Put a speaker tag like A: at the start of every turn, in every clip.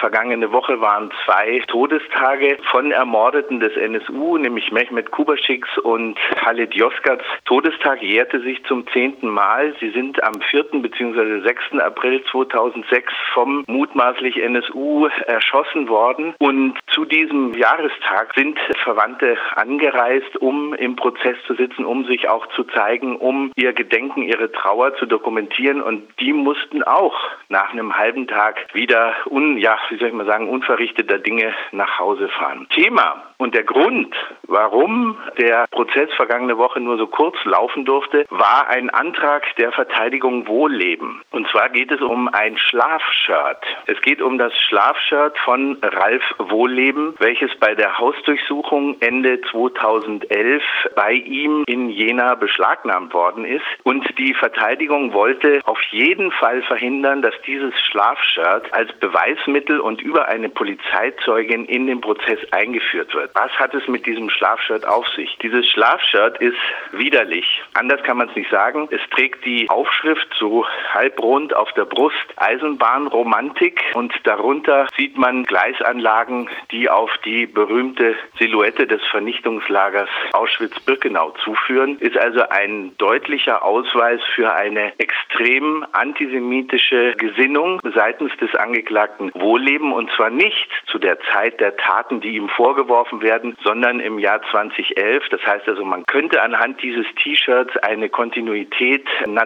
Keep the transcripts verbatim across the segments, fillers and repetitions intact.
A: Vergangene Woche waren zwei Todestage von Ermordeten des N S U, nämlich Mehmet Kubaschiks und Halit Yozgats Todestag jährte sich zum zehnten Mal. Sie sind am vierten bzw. sechsten April zweitausendsechs vom mutmaßlich N S U erschossen worden. Und zu diesem Jahrestag sind Verwandte angereist, um im Prozess zu sitzen, um sich auch zu zeigen, um ihr Gedenken, ihre Trauer zu dokumentieren. Und die mussten auch nach einem halben Tag wieder, un, ja, wie soll ich mal sagen, unverrichteter Dinge nach Hause fahren. Thema und der Grund, warum der Prozess vergangene Woche nur so kurz laufen durfte, war ein Antrag der Verteidigung Wohlleben. Und zwar geht es um ein Schlafshirt. Es geht um das Schlafshirt von Ralf Wohlleben, welches bei der Hausdurchsuchung Ende zweitausendelf bei ihm in Jena beschlagnahmt worden ist. Und die Verteidigung wollte auf jeden Fall verhindern, dass dieses Schlafshirt als Beweismittel und über eine Polizeizeugin in den Prozess eingeführt wird. Was hat es mit diesem Schlafshirt auf sich? Dieses Schlafshirt ist widerlich. Anders kann man es nicht sagen. Es trägt die Aufschrift so halbrund auf der Brust Eisenbahnromantik und darunter sieht man Gleisanlagen, die auf die berühmte Silhouette des Vernichtungslagers Auschwitz-Birkenau zuführen. Ist also ein deutlicher Ausweis für eine extrem antisemitische Gesinnung seitens des Angeklagten Wohlleben, und zwar nicht zu der Zeit der Taten, die ihm vorgeworfen werden, sondern im Jahr zweitausendelf. Das heißt also, man könnte anhand dieses T-Shirts eine Kontinuität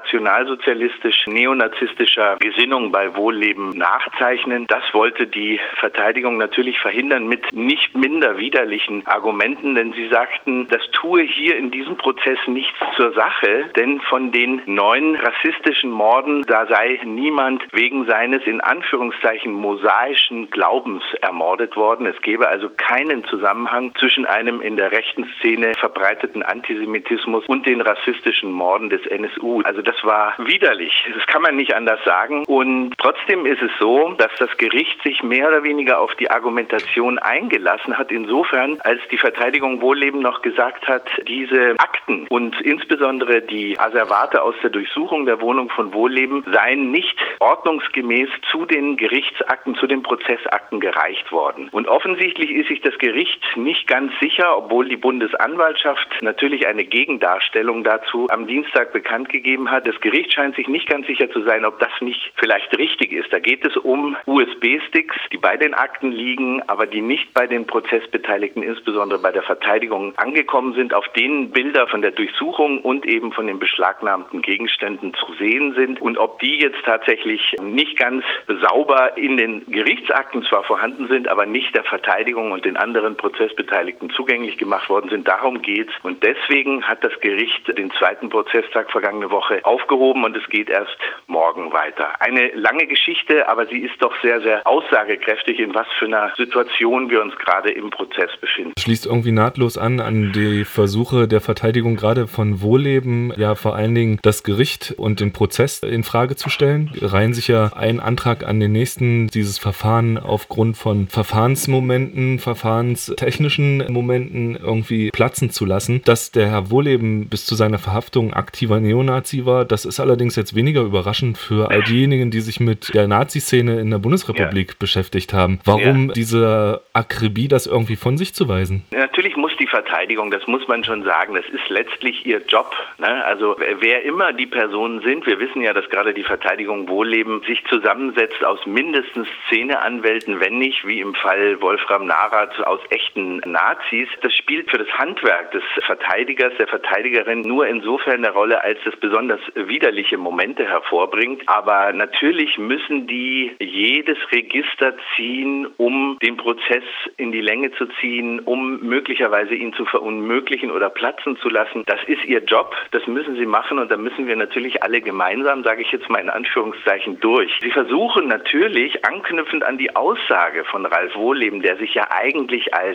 A: nationalsozialistisch-neonazistischer Gesinnung bei Wohlleben nachzeichnen. Das wollte die Verteidigung natürlich verhindern mit nicht minder widerlichen Argumenten, denn sie sagten, das tue hier in diesem Prozess nichts zur Sache, denn von den neun rassistischen Morden, da sei niemand wegen seines in Anführungszeichen mosaischen Glaubens ermordet worden. Es gäbe also keinen Zusammenhang zwischen einem in der rechten Szene verbreiteten Antisemitismus und den rassistischen Morden des N S U. Also das war widerlich. Das kann man nicht anders sagen. Und trotzdem ist es so, dass das Gericht sich mehr oder weniger auf die Argumentation eingelassen hat, insofern, als die Verteidigung Wohlleben noch gesagt hat, diese Akten und insbesondere die Asservate aus der Durchsuchung der Wohnung von Wohlleben seien nicht ordnungsgemäß zu den Gerichtsakten, zu den Prozessakten gereicht worden. Und offensichtlich ist sich das Gericht nicht ganz sicher, obwohl die Bundesanwaltschaft natürlich eine Gegendarstellung dazu am Dienstag bekannt gegeben hat. Das Gericht scheint sich nicht ganz sicher zu sein, ob das nicht vielleicht richtig ist. Da geht es um U S B-Sticks, die bei den Akten liegen, aber die nicht bei den Prozessbeteiligten, insbesondere bei der Verteidigung, angekommen sind, auf denen Bilder von der Durchsuchung und eben von den beschlagnahmten Gegenständen zu sehen sind. Und ob die jetzt tatsächlich nicht ganz sauber in den Gerichtsakten zwar vorhanden sind, aber nicht der Verteidigung und den anderen Prozessbeteiligten zugänglich gemacht worden sind. Darum geht's. Und deswegen hat das Gericht den zweiten Prozesstag vergangene Woche aufgehoben und es geht erst morgen weiter. Eine lange Geschichte, aber sie ist doch sehr, sehr aussagekräftig, in was für einer Situation wir uns gerade im Prozess befinden.
B: Schließt irgendwie nahtlos an an die Versuche der Verteidigung gerade von Wohlleben, ja vor allen Dingen das Gericht und den Prozess in Frage zu stellen. Reihen sich ja ein Antrag an den nächsten, dieses Verfahren aufgrund von Verfahrensmomenten, verfahrenstechnischen Momenten irgendwie platzen zu lassen. Dass der Herr Wohlleben bis zu seiner Verhaftung aktiver Neonazi war, das ist allerdings jetzt weniger überraschend für all diejenigen, die sich mit der Nazi-Szene in der Bundesrepublik ja. beschäftigt haben. Warum ja. diese Akribie, das irgendwie von sich zu weisen?
A: Ja, natürlich muss die Verteidigung, das muss man schon sagen, das ist letztlich ihr Job. Ne? Also wer immer die Personen sind, wir wissen ja, dass gerade die Verteidigung Wohlleben sich zusammensetzt aus mindestens Szeneanwälten, wenn nicht, wie im Fall Wolfram Narath, aus echten Nazis. Das spielt für das Handwerk des Verteidigers, der Verteidigerin nur insofern eine Rolle, als es besonders widerliche Momente hervorbringt. Aber natürlich müssen die jedes Register ziehen, um den Prozess in die Länge zu ziehen, um möglicherweise ihn zu verunmöglichen oder platzen zu lassen. Das ist ihr Job, das müssen sie machen und da müssen wir natürlich alle gemeinsam, sage ich jetzt mal in Anführungszeichen, durch. Sie versuchen natürlich, anknüpfend an die Aussage von Ralf Wohlleben, der sich ja eigentlich als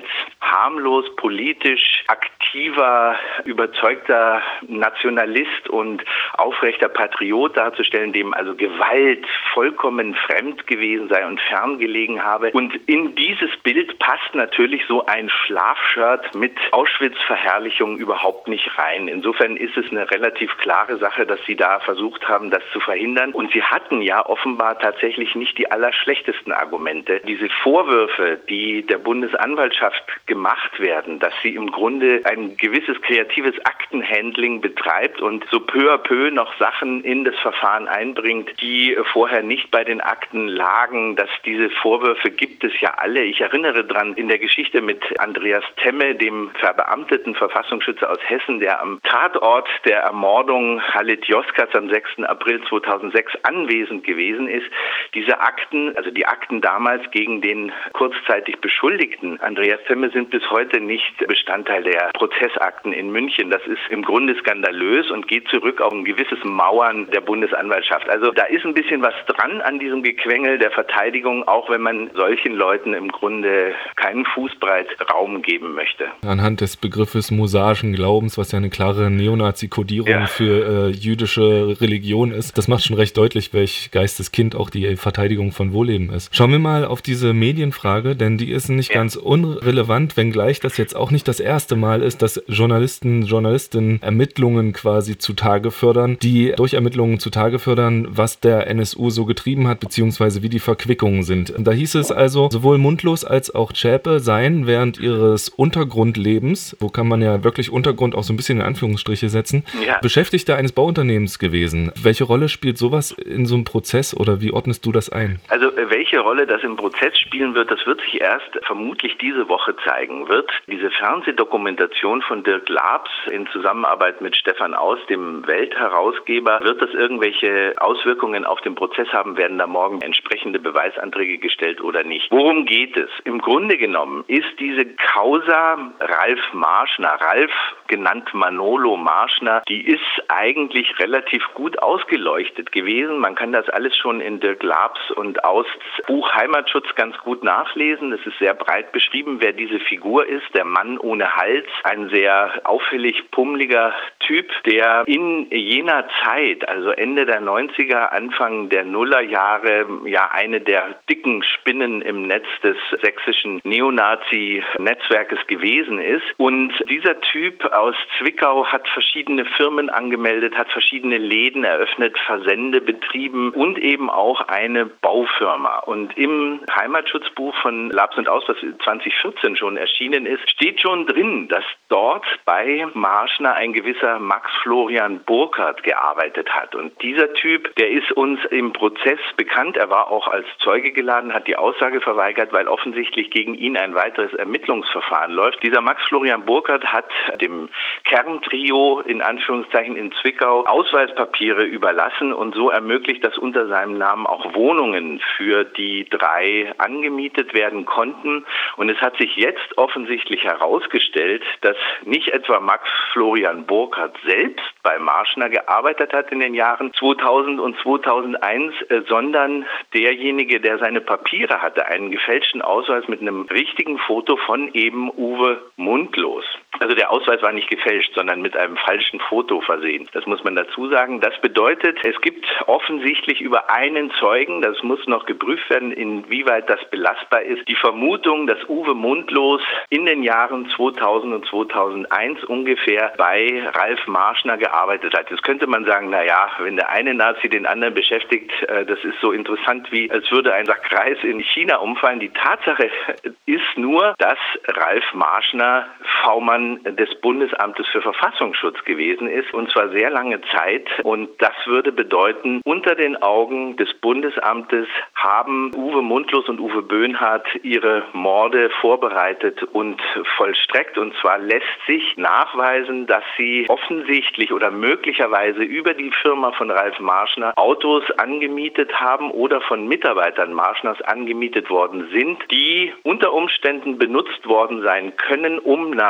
A: harmlos politisch aktiver, überzeugter Nationalist und aufrechter Patriot darzustellen, dem also Gewalt vollkommen fremd gewesen sei und fern gelegen habe. Und in dieses Bild passt natürlich so ein Schlafshirt mit Auschwitz-Verherrlichung überhaupt nicht rein. Insofern ist es eine relativ klare Sache, dass sie da versucht haben, das zu verhindern. Und sie hatten ja offenbar tatsächlich nicht die allerschlechtesten Argumente. Diese Vorwürfe, die der Bundesanwaltschaft gemacht werden, dass sie im Grunde ein gewisses kreatives Aktenhandling betreibt und so peu à peu noch Sachen in das Verfahren einbringt, die vorher nicht bei den Akten lagen, dass diese Vorwürfe gibt es ja alle. Ich erinnere dran, in der Geschichte mit Andreas Temme, dem verbeamteten Verfassungsschützer aus Hessen, der am Tatort der Ermordung Halit Yozgat's am sechsten April zweitausendsechs anwesend gewesen ist. Diese Akten, also die Akten damals gegen den kurzzeitig Beschuldigten Andreas Temme, sind bis heute nicht Bestandteil der Prozessakten in München. Das ist im Grunde skandalös und geht zurück auf ein gewisses Mauern der Bundesanwaltschaft. Also da ist ein bisschen was dran an diesem Gequengel der Verteidigung, auch wenn man solchen Leuten im Grunde keinen Fußbreit Raum geben möchte.
B: Anhand des Begriffes mosaischen Glaubens, was ja eine klare Neonazi-Kodierung ja. für äh, jüdische Religion ist, das macht schon recht deutlich, welch Geisteskind auch die Verteidigung von Wohlleben ist. Schauen wir mal auf diese Medienfrage, denn die ist nicht ja. ganz unrelevant, wenngleich das jetzt auch nicht das erste Mal ist, dass Journalisten, Journalistinnen Ermittlungen quasi zutage fördern, die durch Ermittlungen zutage fördern, was der N S U so getrieben hat, beziehungsweise wie die Verquickungen sind. Da hieß es also, sowohl Mundlos als auch Zschäpe seien während ihres Untergrundlebens, wo kann man ja wirklich Untergrund auch so ein bisschen in Anführungsstriche setzen, ja. Beschäftigter eines Bauunternehmens gewesen. Welche Rolle spielt sowas in so einem Prozess oder wie ordnest du das ein?
A: Also welche Rolle das im Prozess spielen wird, das wird sich erst vermutlich diese Woche zeigen. Wird diese Fernsehdokumentation von Dirk Laabs in Zusammenarbeit mit Stefan Aus, dem Weltherausgeber, wird das irgendwelche Auswirkungen auf den Prozess haben? Werden da morgen entsprechende Beweisanträge gestellt oder nicht? Worum geht es? Im Grunde genommen ist diese Causa Ralf Marschner, Ralf genannt Manolo Marschner, die ist eigentlich relativ gut ausgeleuchtet gewesen. Man kann das alles schon in Dirk Laabs und Austs Buch Heimatschutz ganz gut nachlesen. Es ist sehr breit beschrieben, wer diese Figur ist. Der Mann ohne Hals, ein sehr auffällig pummeliger Typ, der in jener Zeit, also Ende der neunziger, Anfang der Nullerjahre, ja eine der dicken Spinnen im Netz des sächsischen Neonazi-Netzwerkes gewesen ist. Und dieser Typ aus Zwickau hat verschiedene Firmen angemeldet, hat verschiedene Läden eröffnet, Versende betrieben und eben auch eine Baufirma. Und im Heimatschutzbuch von Laabs und Aus, das zwanzig vierzehn schon erschienen ist, steht schon drin, dass dort bei Marschner ein gewisser Max Florian Burkhardt gearbeitet hat. Und dieser Typ, der ist uns im Prozess bekannt. Er war auch als Zeuge geladen, hat die Aussage verweigert, weil offensichtlich gegen ihn ein weiteres Ermittlungsverfahren läuft. Dieser Max Florian Burkhardt hat dem Kerntrio in Anführungszeichen in Zwickau Ausweispapiere überlassen und so ermöglicht, dass unter seinem Namen auch Wohnungen für die drei angemietet werden konnten. Und es hat sich jetzt offensichtlich herausgestellt, dass nicht etwa Max Florian Burkhardt selbst bei Marschner gearbeitet hat in den Jahren zweitausend und zweitausendeins, äh, sondern derjenige, der seine Papiere hatte, einen gefälschten Ausweis mit einem richtigen Foto von eben Uwe Mundlos. Also der Ausweis war nicht gefälscht, sondern mit einem falschen Foto versehen. Das muss man dazu sagen. Das bedeutet, es gibt offensichtlich über einen Zeugen, das muss noch geprüft werden, inwieweit das belastbar ist, die Vermutung, dass Uwe Mundlos in den Jahren zweitausend und zweitausendeins ungefähr bei Ralf Marschner gearbeitet hat. Jetzt könnte man sagen, na ja, wenn der eine Nazi den anderen beschäftigt, das ist so interessant, wie als würde ein Sack Reis in China umfallen. Die Tatsache ist nur, dass Ralf Marschner V-Mann des Bundesamtes für Verfassungsschutz gewesen ist, und zwar sehr lange Zeit. Und das würde bedeuten, unter den Augen des Bundesamtes haben Uwe Mundlos und Uwe Böhnhardt ihre Morde vorbereitet und vollstreckt. Und zwar lässt sich nachweisen, dass sie offensichtlich oder möglicherweise über die Firma von Ralf Marschner Autos angemietet haben oder von Mitarbeitern Marschners angemietet worden sind, die unter Umständen benutzt worden sein können, um nach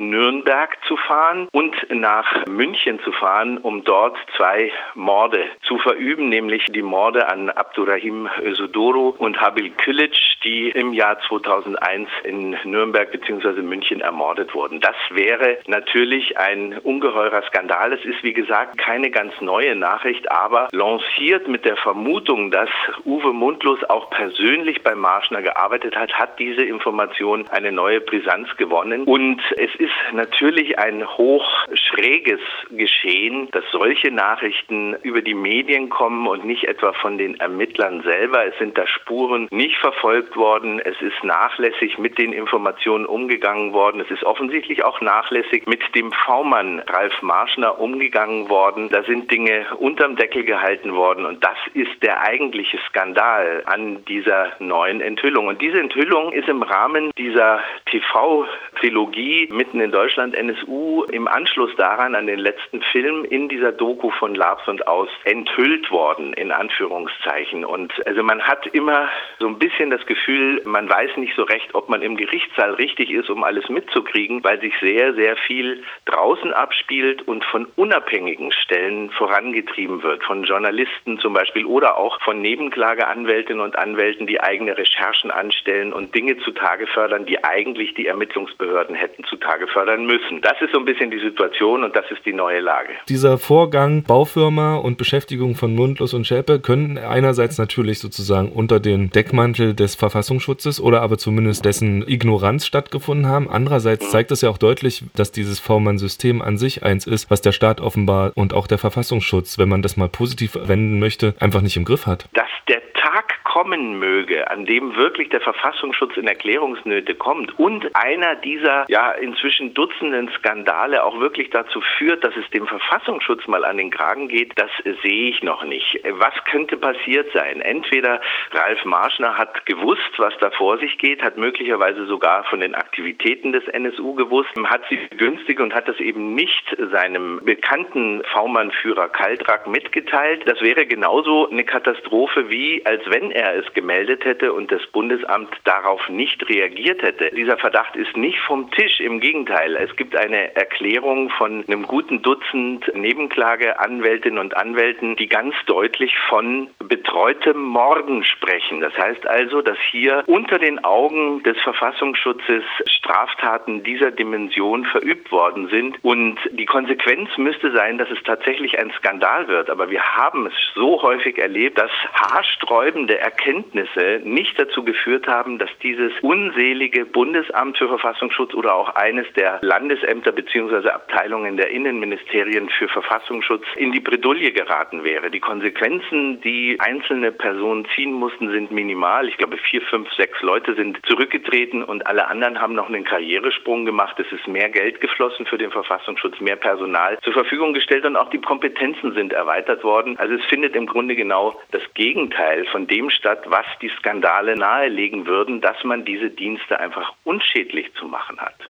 A: Nürnberg zu fahren und nach München zu fahren, um dort zwei Morde zu verüben, nämlich die Morde an Abdurrahim Özduru und Habil Kilic, die im Jahr zweitausendeins in Nürnberg bzw. München ermordet wurden. Das wäre natürlich ein ungeheurer Skandal. Es ist, wie gesagt, keine ganz neue Nachricht, aber lanciert mit der Vermutung, dass Uwe Mundlos auch persönlich bei Marschner gearbeitet hat, hat diese Information eine neue Brisanz gewonnen. Und es ist natürlich ein hochschräges Geschehen, dass solche Nachrichten über die Medien kommen und nicht etwa von den Ermittlern selber. Es sind da Spuren nicht verfolgt worden. Es ist nachlässig mit den Informationen umgegangen worden. Es ist offensichtlich auch nachlässig mit dem V-Mann Ralf Marschner umgegangen worden. Da sind Dinge unterm Deckel gehalten worden und das ist der eigentliche Skandal an dieser neuen Enthüllung. Und diese Enthüllung ist im Rahmen dieser T V-Trilogie Mitten in Deutschland N S U im Anschluss daran an den letzten Film in dieser Doku von Labs und Aus enthüllt worden, in Anführungszeichen. Und also man hat immer so ein bisschen das Gefühl, man weiß nicht so recht, ob man im Gerichtssaal richtig ist, um alles mitzukriegen, weil sich sehr, sehr viel draußen abspielt und von unabhängigen Stellen vorangetrieben wird, von Journalisten zum Beispiel oder auch von Nebenklageanwältinnen und Anwälten, die eigene Recherchen anstellen und Dinge zutage fördern, die eigentlich die Ermittlungsbehörden hätten zutage fördern müssen. Das ist so ein bisschen die Situation und das ist die neue Lage.
B: Dieser Vorgang Baufirma und Beschäftigung von Mundlos und Schäpe können einerseits natürlich sozusagen unter den Deckmantel des Verfassungsschutzes oder aber zumindest dessen Ignoranz stattgefunden haben. Andererseits mhm. zeigt es ja auch deutlich, dass dieses V-Mann-System an sich eins ist, was der Staat offenbar und auch der Verfassungsschutz, wenn man das mal positiv wenden möchte, einfach nicht im Griff hat.
A: Dass der Tag kommen möge, an dem wirklich der Verfassungsschutz in Erklärungsnöte kommt und einer dieser ja inzwischen Dutzenden Skandale auch wirklich dazu führt, dass es dem Verfassungsschutz mal an den Kragen geht, das sehe ich noch nicht. Was könnte passiert sein? Entweder Ralf Marschner hat gewusst, was da vor sich geht, hat möglicherweise sogar von den Aktivitäten des N S U gewusst, hat sie begünstigt und hat das eben nicht seinem bekannten V-Mann-Führer Kaldrak mitgeteilt. Das wäre genauso eine Katastrophe, wie als wenn er es gemeldet hätte und das Bundesamt darauf nicht reagiert hätte. Dieser Verdacht ist nicht vom Tisch, im Gegenteil. Es gibt eine Erklärung von einem guten Dutzend Nebenklageanwältinnen und Anwälten, die ganz deutlich von betreutem Morden sprechen. Das heißt also, dass hier unter den Augen des Verfassungsschutzes Straftaten dieser Dimension verübt worden sind und die Konsequenz müsste sein, dass es tatsächlich ein Skandal wird. Aber wir haben es so häufig erlebt, dass haarsträubende Erkenntnisse nicht dazu geführt haben, dass dieses unselige Bundesamt für Verfassungsschutz oder auch eines der Landesämter bzw. Abteilungen der Innenministerien für Verfassungsschutz in die Bredouille geraten wäre. Die Konsequenzen, die einzelne Personen ziehen mussten, sind minimal. Ich glaube, vier, fünf, sechs Leute sind zurückgetreten und alle anderen haben noch einen Karrieresprung gemacht. Es ist mehr Geld geflossen für den Verfassungsschutz, mehr Personal zur Verfügung gestellt und auch die Kompetenzen sind erweitert worden. Also es findet im Grunde genau das Gegenteil von dem statt, was die Skandale nahelegen würden, dass man diese Dienste einfach unschädlich zu machen hat.